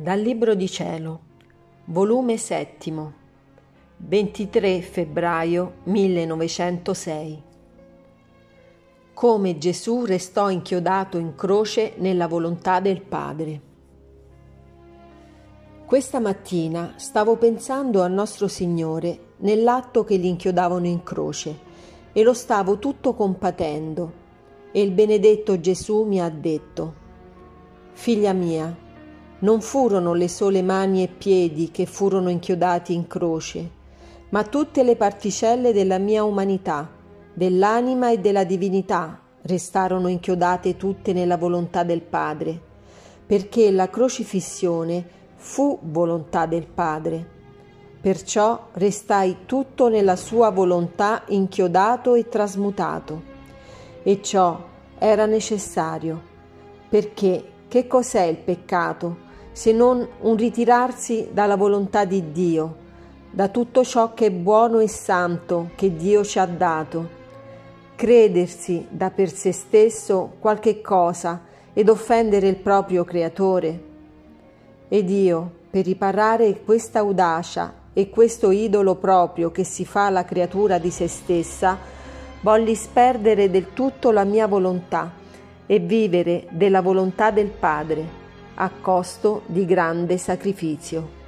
Dal Libro di Cielo, volume 7, 23 febbraio 1906. Come Gesù restò inchiodato in croce nella volontà del Padre. Questa mattina stavo pensando al nostro Signore nell'atto che li inchiodavano in croce e lo stavo tutto compatendo, e il benedetto Gesù mi ha detto: «Figlia mia, non furono le sole mani e piedi che furono inchiodati in croce, ma tutte le particelle della mia umanità, dell'anima e della divinità restarono inchiodate tutte nella volontà del Padre, perché la crocifissione fu volontà del Padre. Perciò restai tutto nella sua volontà inchiodato e trasmutato. E ciò era necessario, perché che cos'è il peccato se non un ritirarsi dalla volontà di Dio, da tutto ciò che è buono e santo che Dio ci ha dato, credersi da per sé stesso qualche cosa ed offendere il proprio Creatore? Ed io, per riparare questa audacia e questo idolo proprio che si fa la creatura di se stessa, volli sperdere del tutto la mia volontà e vivere della volontà del Padre, a costo di grande sacrificio.